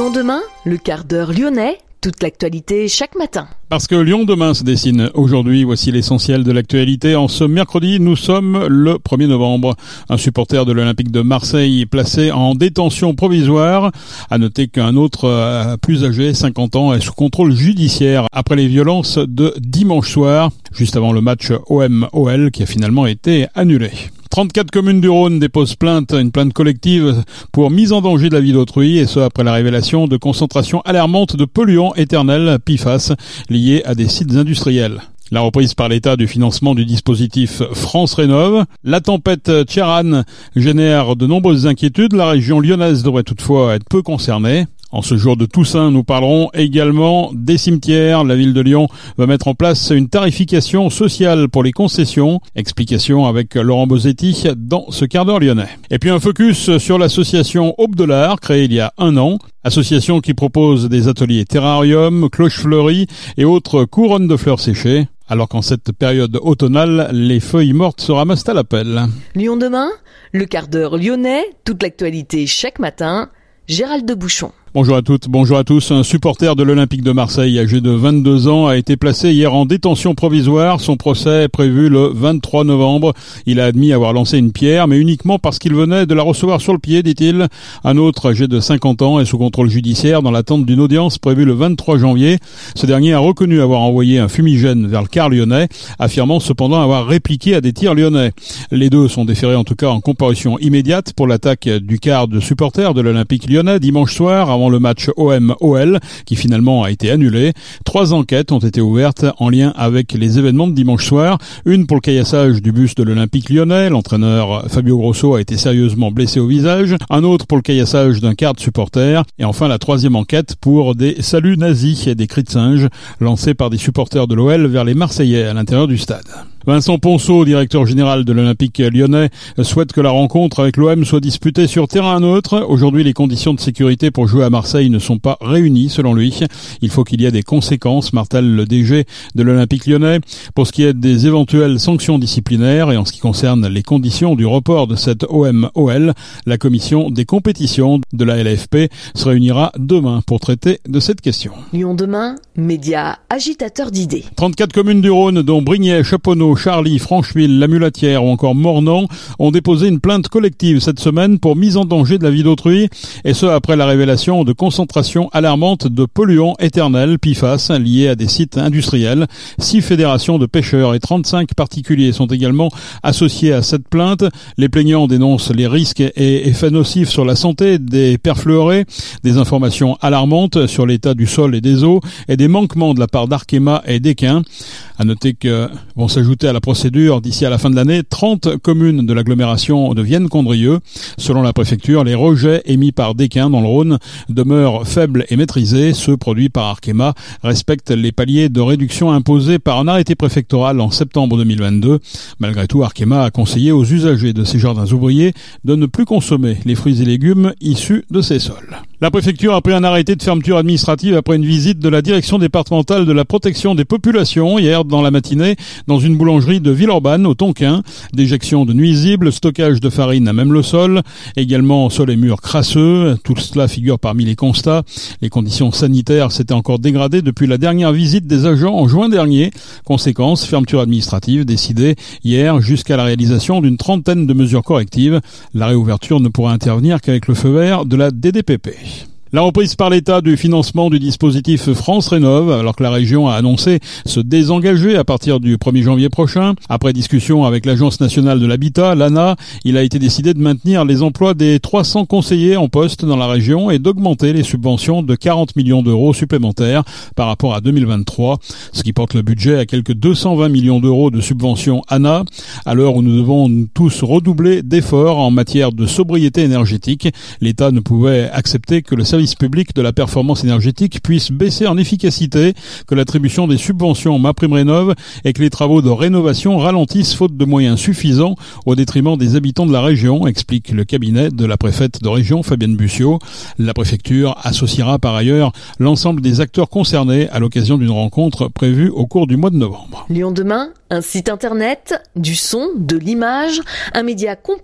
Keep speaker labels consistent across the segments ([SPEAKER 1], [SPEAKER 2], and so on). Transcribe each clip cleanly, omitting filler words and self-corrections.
[SPEAKER 1] Lyon demain, le quart d'heure lyonnais, toute l'actualité chaque matin.
[SPEAKER 2] Parce que Lyon demain se dessine aujourd'hui, voici l'essentiel de l'actualité. En ce mercredi, nous sommes le 1er novembre. Un supporter de l'Olympique de Marseille est placé en détention provisoire. À noter qu'un autre plus âgé, 50 ans, est sous contrôle judiciaire après les violences de dimanche soir, juste avant le match OM-OL qui a finalement été annulé. 34 communes du Rhône déposent une plainte collective pour mise en danger de la vie d'autrui, et ce après la révélation de concentrations alarmantes de polluants éternels, PFAS, liés à des sites industriels. La reprise par l'État du financement du dispositif France Rénov'. La tempête Ciarán génère de nombreuses inquiétudes. La région lyonnaise devrait toutefois être peu concernée. En ce jour de Toussaint, nous parlerons également des cimetières. La ville de Lyon va mettre en place une tarification sociale pour les concessions. Explication avec Laurent Bosetti dans ce quart d'heure lyonnais. Et puis un focus sur l'association Aube de l'Art, créée il y a 1 an. Association qui propose des ateliers terrarium, cloches fleuries et autres couronnes de fleurs séchées. Alors qu'en cette période automnale, les feuilles mortes se ramassent à la pelle.
[SPEAKER 1] Lyon demain, le quart d'heure lyonnais, toute l'actualité chaque matin. Gérald de Bouchon.
[SPEAKER 2] Bonjour à toutes, bonjour à tous. Un supporter de l'Olympique de Marseille, âgé de 22 ans, a été placé hier en détention provisoire. Son procès est prévu le 23 novembre. Il a admis avoir lancé une pierre, mais uniquement parce qu'il venait de la recevoir sur le pied, dit-il. Un autre, âgé de 50 ans, est sous contrôle judiciaire dans l'attente d'une audience prévue le 23 janvier. Ce dernier a reconnu avoir envoyé un fumigène vers le quart lyonnais, affirmant cependant avoir répliqué à des tirs lyonnais. Les deux sont déférés en tout cas en comparution immédiate pour l'attaque du quart de supporters de l'Olympique lyonnais dimanche soir, avant le match OM-OL qui finalement a été annulé. 3 enquêtes ont été ouvertes en lien avec les événements de dimanche soir. Une pour le caillassage du bus de l'Olympique lyonnais. L'entraîneur Fabio Grosso a été sérieusement blessé au visage. Un autre pour le caillassage d'un quart de supporters. Et enfin la 3e enquête pour des saluts nazis et des cris de singe lancés par des supporters de l'OL vers les Marseillais à l'intérieur du stade. Vincent Ponceau, directeur général de l'Olympique lyonnais, souhaite que la rencontre avec l'OM soit disputée sur terrain neutre. Aujourd'hui, les conditions de sécurité pour jouer à Marseille ne sont pas réunies, selon lui. Il faut qu'il y ait des conséquences, martèle le DG de l'Olympique lyonnais. Pour ce qui est des éventuelles sanctions disciplinaires et en ce qui concerne les conditions du report de cette OM-OL, la commission des compétitions de la LFP se réunira demain pour traiter de cette question.
[SPEAKER 1] Lyon demain, média agitateur d'idées.
[SPEAKER 2] 34 communes du Rhône, dont Brignais, Chaponneau, Charly, Francheville, La Mulatière ou encore Mornan, ont déposé une plainte collective cette semaine pour mise en danger de la vie d'autrui, et ce après la révélation de concentrations alarmantes de polluants éternels, PFAS, liés à des sites industriels. 6 fédérations de pêcheurs et 35 particuliers sont également associés à cette plainte. Les plaignants dénoncent les risques et effets nocifs sur la santé des perfluorés, des informations alarmantes sur l'état du sol et des eaux, et des manquements de la part d'Arkema et d'Équin. À noter que vont s'ajouter à la procédure d'ici à la fin de l'année 30 communes de l'agglomération de Vienne-Condrieu. Selon la préfecture, les rejets émis par Déquin dans le Rhône demeurent faibles et maîtrisés. Ceux produits par Arkema respectent les paliers de réduction imposés par un arrêté préfectoral en septembre 2022. Malgré tout, Arkema a conseillé aux usagers de ces jardins ouvriers de ne plus consommer les fruits et légumes issus de ces sols. La préfecture a pris un arrêté de fermeture administrative après une visite de la direction départementale de la protection des populations hier dans la matinée dans une boulangerie de Villeurbanne au Tonquin. Déjection de nuisibles, stockage de farine à même le sol, également sol et murs crasseux. Tout cela figure parmi les constats. Les conditions sanitaires s'étaient encore dégradées depuis la dernière visite des agents en juin dernier. Conséquence, fermeture administrative décidée hier jusqu'à la réalisation d'une 30aine de mesures correctives. La réouverture ne pourra intervenir qu'avec le feu vert de la DDPP. La reprise par l'État du financement du dispositif France Rénov', alors que la région a annoncé se désengager à partir du 1er janvier prochain. Après discussion avec l'Agence nationale de l'habitat, l'ANA, il a été décidé de maintenir les emplois des 300 conseillers en poste dans la région et d'augmenter les subventions de 40 millions d'euros supplémentaires par rapport à 2023, ce qui porte le budget à quelques 220 millions d'euros de subventions ANA, à l'heure où nous devons tous redoubler d'efforts en matière de sobriété énergétique. L'État ne pouvait accepter que le service public de la performance énergétique puisse baisser en efficacité, que l'attribution des subventions MaPrimeRénov' et que les travaux de rénovation ralentissent faute de moyens suffisants au détriment des habitants de la région, explique le cabinet de la préfète de région Fabienne Bussiot. La préfecture associera par ailleurs l'ensemble des acteurs concernés à l'occasion d'une rencontre prévue au cours du mois de novembre.
[SPEAKER 1] Lyon demain, un site internet, du son, de l'image, un média complet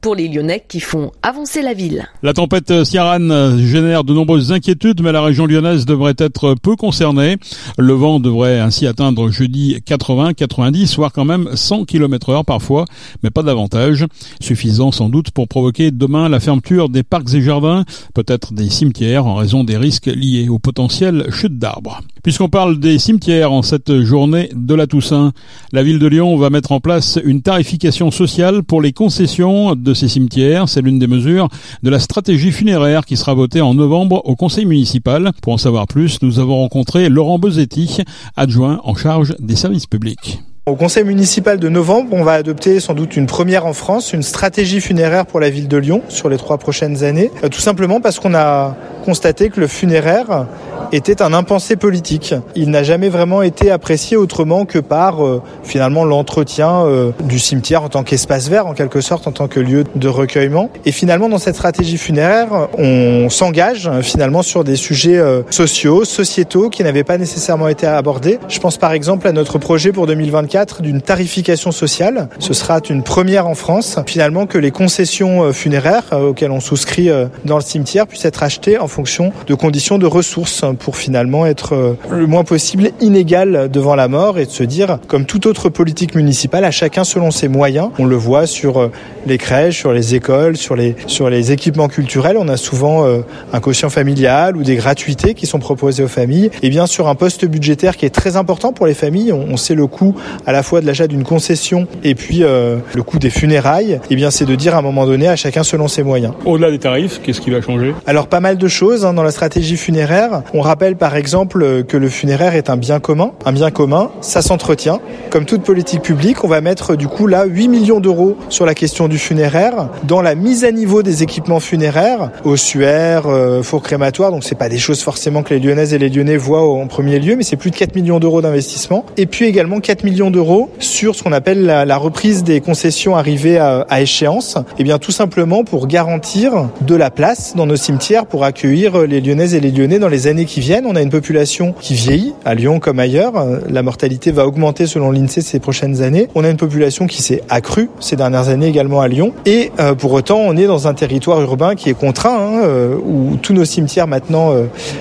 [SPEAKER 1] pour les Lyonnais qui font avancer la ville.
[SPEAKER 2] La tempête Ciarán génère de nombreuses inquiétudes, mais la région lyonnaise devrait être peu concernée. Le vent devrait ainsi atteindre jeudi 80, 90, voire quand même 100 km/h parfois, mais pas davantage. Suffisant sans doute pour provoquer demain la fermeture des parcs et jardins, peut-être des cimetières en raison des risques liés aux potentielles chutes d'arbres. Puisqu'on parle des cimetières en cette journée de la Toussaint, la ville de Lyon va mettre en place une tarification sociale pour les concessions de ces cimetières. C'est l'une des mesures de la stratégie funéraire qui sera votée en novembre au conseil municipal. Pour en savoir plus, nous avons rencontré Laurent Bosetti, adjoint en charge des services publics.
[SPEAKER 3] Au conseil municipal de novembre, on va adopter sans doute une première en France, une stratégie funéraire pour la ville de Lyon sur les 3 prochaines années. Tout simplement parce qu'on a constaté que le funéraire était un impensé politique. Il n'a jamais vraiment été apprécié autrement que par finalement l'entretien du cimetière en tant qu'espace vert, en quelque sorte, en tant que lieu de recueillement. Et finalement, dans cette stratégie funéraire, on s'engage finalement sur des sujets sociaux, sociétaux, qui n'avaient pas nécessairement été abordés. Je pense par exemple à notre projet pour 2024 d'une tarification sociale. Ce sera une première en France, finalement, que les concessions funéraires auxquelles on souscrit dans le cimetière puissent être achetées en fonction de conditions de ressources pour finalement être le moins possible inégal devant la mort et de se dire, comme toute autre politique municipale, à chacun selon ses moyens. On le voit sur les crèches, sur les écoles, sur les équipements culturels. On a souvent un quotient familial ou des gratuités qui sont proposées aux familles. Et bien sur un poste budgétaire qui est très important pour les familles, on sait le coût à la fois de l'achat d'une concession et puis le coût des funérailles, et bien c'est de dire à un moment donné à chacun selon ses moyens.
[SPEAKER 2] Au-delà des tarifs, qu'est-ce qui va changer ?
[SPEAKER 3] Alors pas mal de choses dans la stratégie funéraire. On rappelle par exemple que le funéraire est un bien commun. Un bien commun, ça s'entretient. Comme toute politique publique, on va mettre du coup là 8 millions d'euros sur la question du funéraire, dans la mise à niveau des équipements funéraires, ossuaires, fours crématoires, donc c'est pas des choses forcément que les Lyonnaises et les Lyonnais voient en premier lieu, mais c'est plus de 4 millions d'euros d'investissement. Et puis également 4 millions d'euros sur ce qu'on appelle la reprise des concessions arrivées à échéance. Et bien tout simplement pour garantir de la place dans nos cimetières pour accueillir les Lyonnaises et les Lyonnais dans les années qui viennent. On a une population qui vieillit, à Lyon comme ailleurs. La mortalité va augmenter selon l'INSEE ces prochaines années. On a une population qui s'est accrue ces dernières années également à Lyon. Et pour autant, on est dans un territoire urbain qui est contraint, où tous nos cimetières maintenant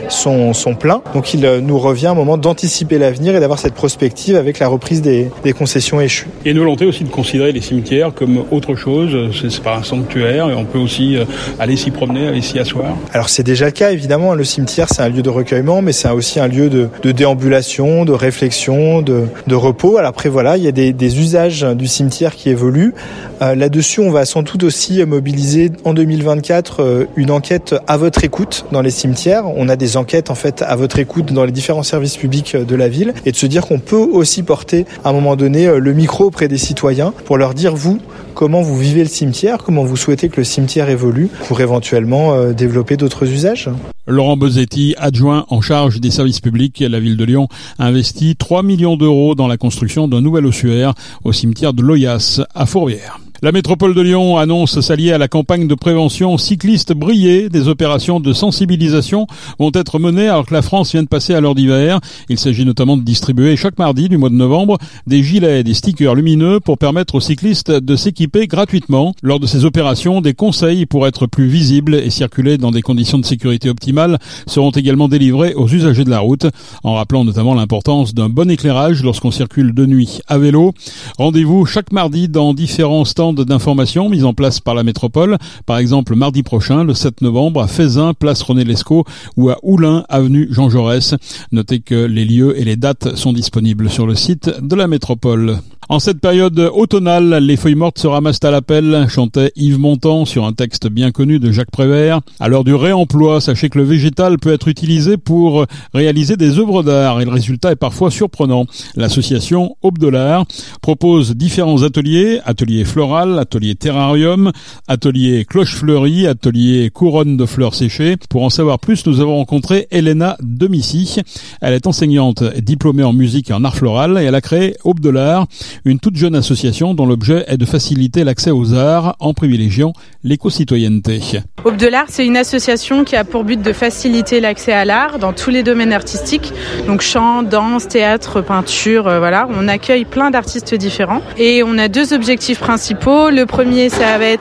[SPEAKER 3] sont pleins. Donc il nous revient un moment d'anticiper l'avenir et d'avoir cette prospective avec la reprise des concessions échues.
[SPEAKER 2] Il y a une volonté aussi de considérer les cimetières comme autre chose, c'est pas un sanctuaire et on peut aussi aller s'y promener, aller s'y asseoir.
[SPEAKER 3] Alors c'est déjà le cas évidemment, le cimetière c'est un lieu de recueillement mais c'est aussi un lieu de déambulation, de réflexion, de repos. Alors après voilà, il y a des usages du cimetière qui évoluent. Là-dessus on va sans doute aussi mobiliser en 2024 une enquête à votre écoute dans les cimetières. On a des enquêtes en fait à votre écoute dans les différents services publics de la ville et de se dire qu'on peut aussi porter à un moment donné le micro auprès des citoyens pour leur dire vous, comment vous vivez le cimetière, comment vous souhaitez que le cimetière évolue pour éventuellement développer d'autres usages.
[SPEAKER 2] Laurent Bosetti, adjoint en charge des services publics, la ville de Lyon a investi 3 millions d'euros dans la construction d'un nouvel ossuaire au cimetière de Loyasse à Fourvière. La métropole de Lyon annonce s'allier à la campagne de prévention cycliste brillée. Des opérations de sensibilisation vont être menées alors que la France vient de passer à l'heure d'hiver. Il s'agit notamment de distribuer chaque mardi du mois de novembre des gilets et des stickers lumineux pour permettre aux cyclistes de s'équiper gratuitement. Lors de ces opérations, des conseils pour être plus visibles et circuler dans des conditions de sécurité optimales seront également délivrés aux usagers de la route, en rappelant notamment l'importance d'un bon éclairage lorsqu'on circule de nuit à vélo. Rendez-vous chaque mardi dans différents stands d'information mis en place par la métropole, par exemple mardi prochain, le 7 novembre, à Faisin, place René Lescaut, ou à Oulin, avenue Jean Jaurès. Notez que les lieux et les dates sont disponibles sur le site de la métropole. En cette période automnale, les feuilles mortes se ramassent à l'appel, chantait Yves Montand sur un texte bien connu de Jacques Prévert. À l'heure du réemploi, sachez que le végétal peut être utilisé pour réaliser des œuvres d'art et le résultat est parfois surprenant. L'association Aube de l'Art propose différents ateliers floral, atelier terrarium, atelier cloche fleurie, atelier couronne de fleurs séchées. Pour en savoir plus, nous avons rencontré Elena Demici. Elle est enseignante et diplômée en musique et en art floral et elle a créé Aube de l'Art, une toute jeune association dont l'objet est de faciliter l'accès aux arts en privilégiant l'éco-citoyenneté.
[SPEAKER 4] Aube de l'Art, c'est une association qui a pour but de faciliter l'accès à l'art dans tous les domaines artistiques, donc chant, danse, théâtre, peinture, voilà. On accueille plein d'artistes différents et on a deux objectifs principaux. Le premier, ça va être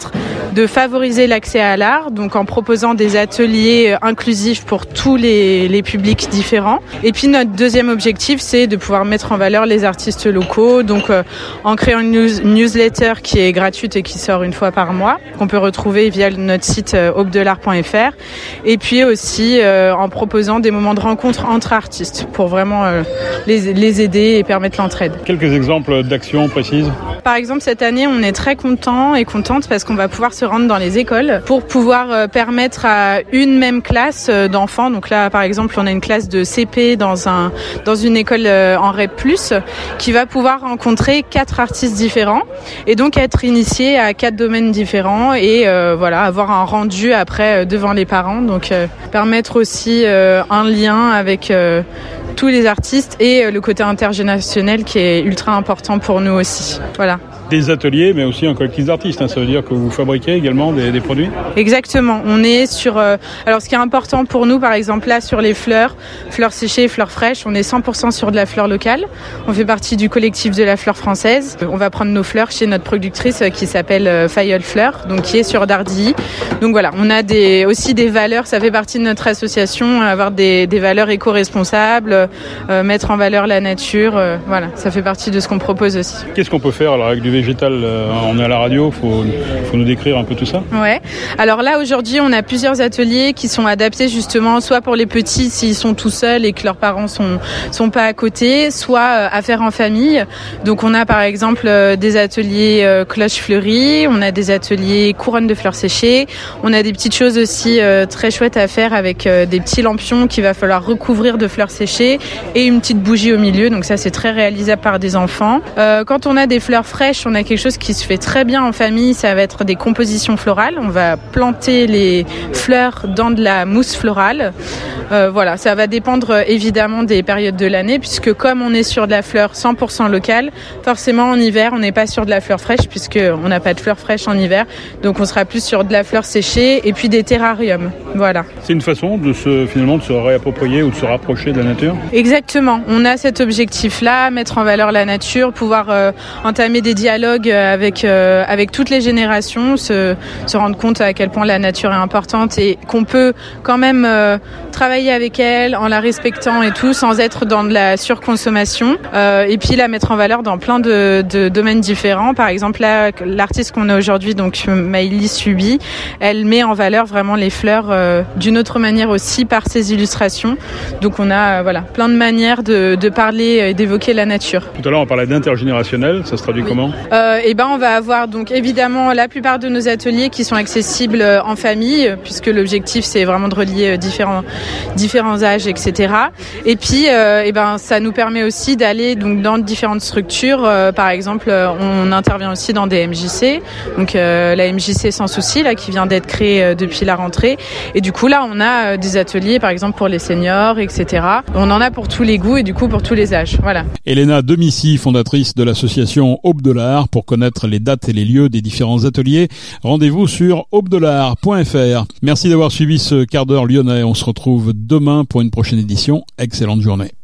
[SPEAKER 4] de favoriser l'accès à l'art, donc en proposant des ateliers inclusifs pour tous les publics différents. Et puis notre deuxième objectif, c'est de pouvoir mettre en valeur les artistes locaux, donc en créant une newsletter qui est gratuite et qui sort une fois par mois, qu'on peut retrouver via notre site aubdelart.fr, et puis aussi en proposant des moments de rencontre entre artistes pour vraiment les aider et permettre l'entraide.
[SPEAKER 2] Quelques exemples d'actions précises?
[SPEAKER 4] Par exemple, cette année, on est très contents et contente parce qu'on va pouvoir se rendre dans les écoles pour pouvoir permettre à une même classe d'enfants. Donc là, par exemple, on a une classe de CP dans une école en REP+, qui va pouvoir rencontrer 4 artistes différents et donc être initié à 4 domaines différents et avoir un rendu après devant les parents. Donc permettre aussi un lien avec tous les artistes et le côté intergénérationnel qui est ultra important pour nous aussi. Voilà.
[SPEAKER 2] Des ateliers, mais aussi un collectif d'artistes. Ça veut dire que vous fabriquez également des produits?
[SPEAKER 4] Exactement. On est sur... alors, ce qui est important pour nous, par exemple, là, sur les fleurs séchées et fleurs fraîches, on est 100% sur de la fleur locale. On fait partie du collectif de la fleur française. On va prendre nos fleurs chez notre productrice qui s'appelle Fayeul Fleurs, donc qui est sur Dardilly. Donc voilà, on a aussi des valeurs. Ça fait partie de notre association, avoir des valeurs éco-responsables, mettre en valeur la nature. Voilà, ça fait partie de ce qu'on propose aussi.
[SPEAKER 2] Qu'est-ce qu'on peut faire alors avec du végétal? On est à la radio, faut nous décrire un peu tout ça.
[SPEAKER 4] Ouais. Alors là, aujourd'hui, on a plusieurs ateliers qui sont adaptés justement soit pour les petits s'ils sont tout seuls et que leurs parents sont pas à côté, soit à faire en famille. Donc on a par exemple des ateliers cloches fleuries, on a des ateliers couronnes de fleurs séchées, on a des petites choses aussi très chouettes à faire avec des petits lampions qu'il va falloir recouvrir de fleurs séchées et une petite bougie au milieu. Donc ça, c'est très réalisable par des enfants. Quand on a des fleurs fraîches, on a quelque chose qui se fait très bien en famille, ça va être des compositions florales. On va planter les fleurs dans de la mousse florale. Voilà, ça va dépendre évidemment des périodes de l'année, puisque comme on est sur de la fleur 100% locale, forcément en hiver, on n'est pas sur de la fleur fraîche, puisqu'on n'a pas de fleurs fraîches en hiver. Donc on sera plus sur de la fleur séchée et puis des terrariums. Voilà.
[SPEAKER 2] C'est une façon de se réapproprier ou de se rapprocher de la nature?
[SPEAKER 4] Exactement. On a cet objectif-là, mettre en valeur la nature, pouvoir entamer des dialogues avec toutes les générations, se rendre compte à quel point la nature est importante et qu'on peut quand même travailler avec elle en la respectant et tout, sans être dans de la surconsommation, et puis la mettre en valeur dans plein de domaines différents. Par exemple, là, l'artiste qu'on a aujourd'hui, donc Maïlis Subi, elle met en valeur vraiment les fleurs d'une autre manière aussi par ses illustrations. Donc on a plein de manières de parler et d'évoquer la nature.
[SPEAKER 2] Tout à l'heure on parlait d'intergénérationnel, ça se traduit comment?
[SPEAKER 4] On va avoir donc évidemment la plupart de nos ateliers qui sont accessibles en famille, puisque l'objectif c'est vraiment de relier différents âges, etc. Et puis ça nous permet aussi d'aller donc dans différentes structures. Par exemple, on intervient aussi dans des MJC, donc la MJC Sans Souci là qui vient d'être créée depuis la rentrée. Et du coup là on a des ateliers par exemple pour les seniors, etc. On en a pour tous les goûts et du coup pour tous les âges. Voilà.
[SPEAKER 2] Elena Domici, fondatrice de l'association Aubdelart. Pour connaître les dates et les lieux des différents ateliers, rendez-vous sur aubdelart.fr. Merci d'avoir suivi ce quart d'heure lyonnais. On se retrouve demain pour une prochaine édition. Excellente journée.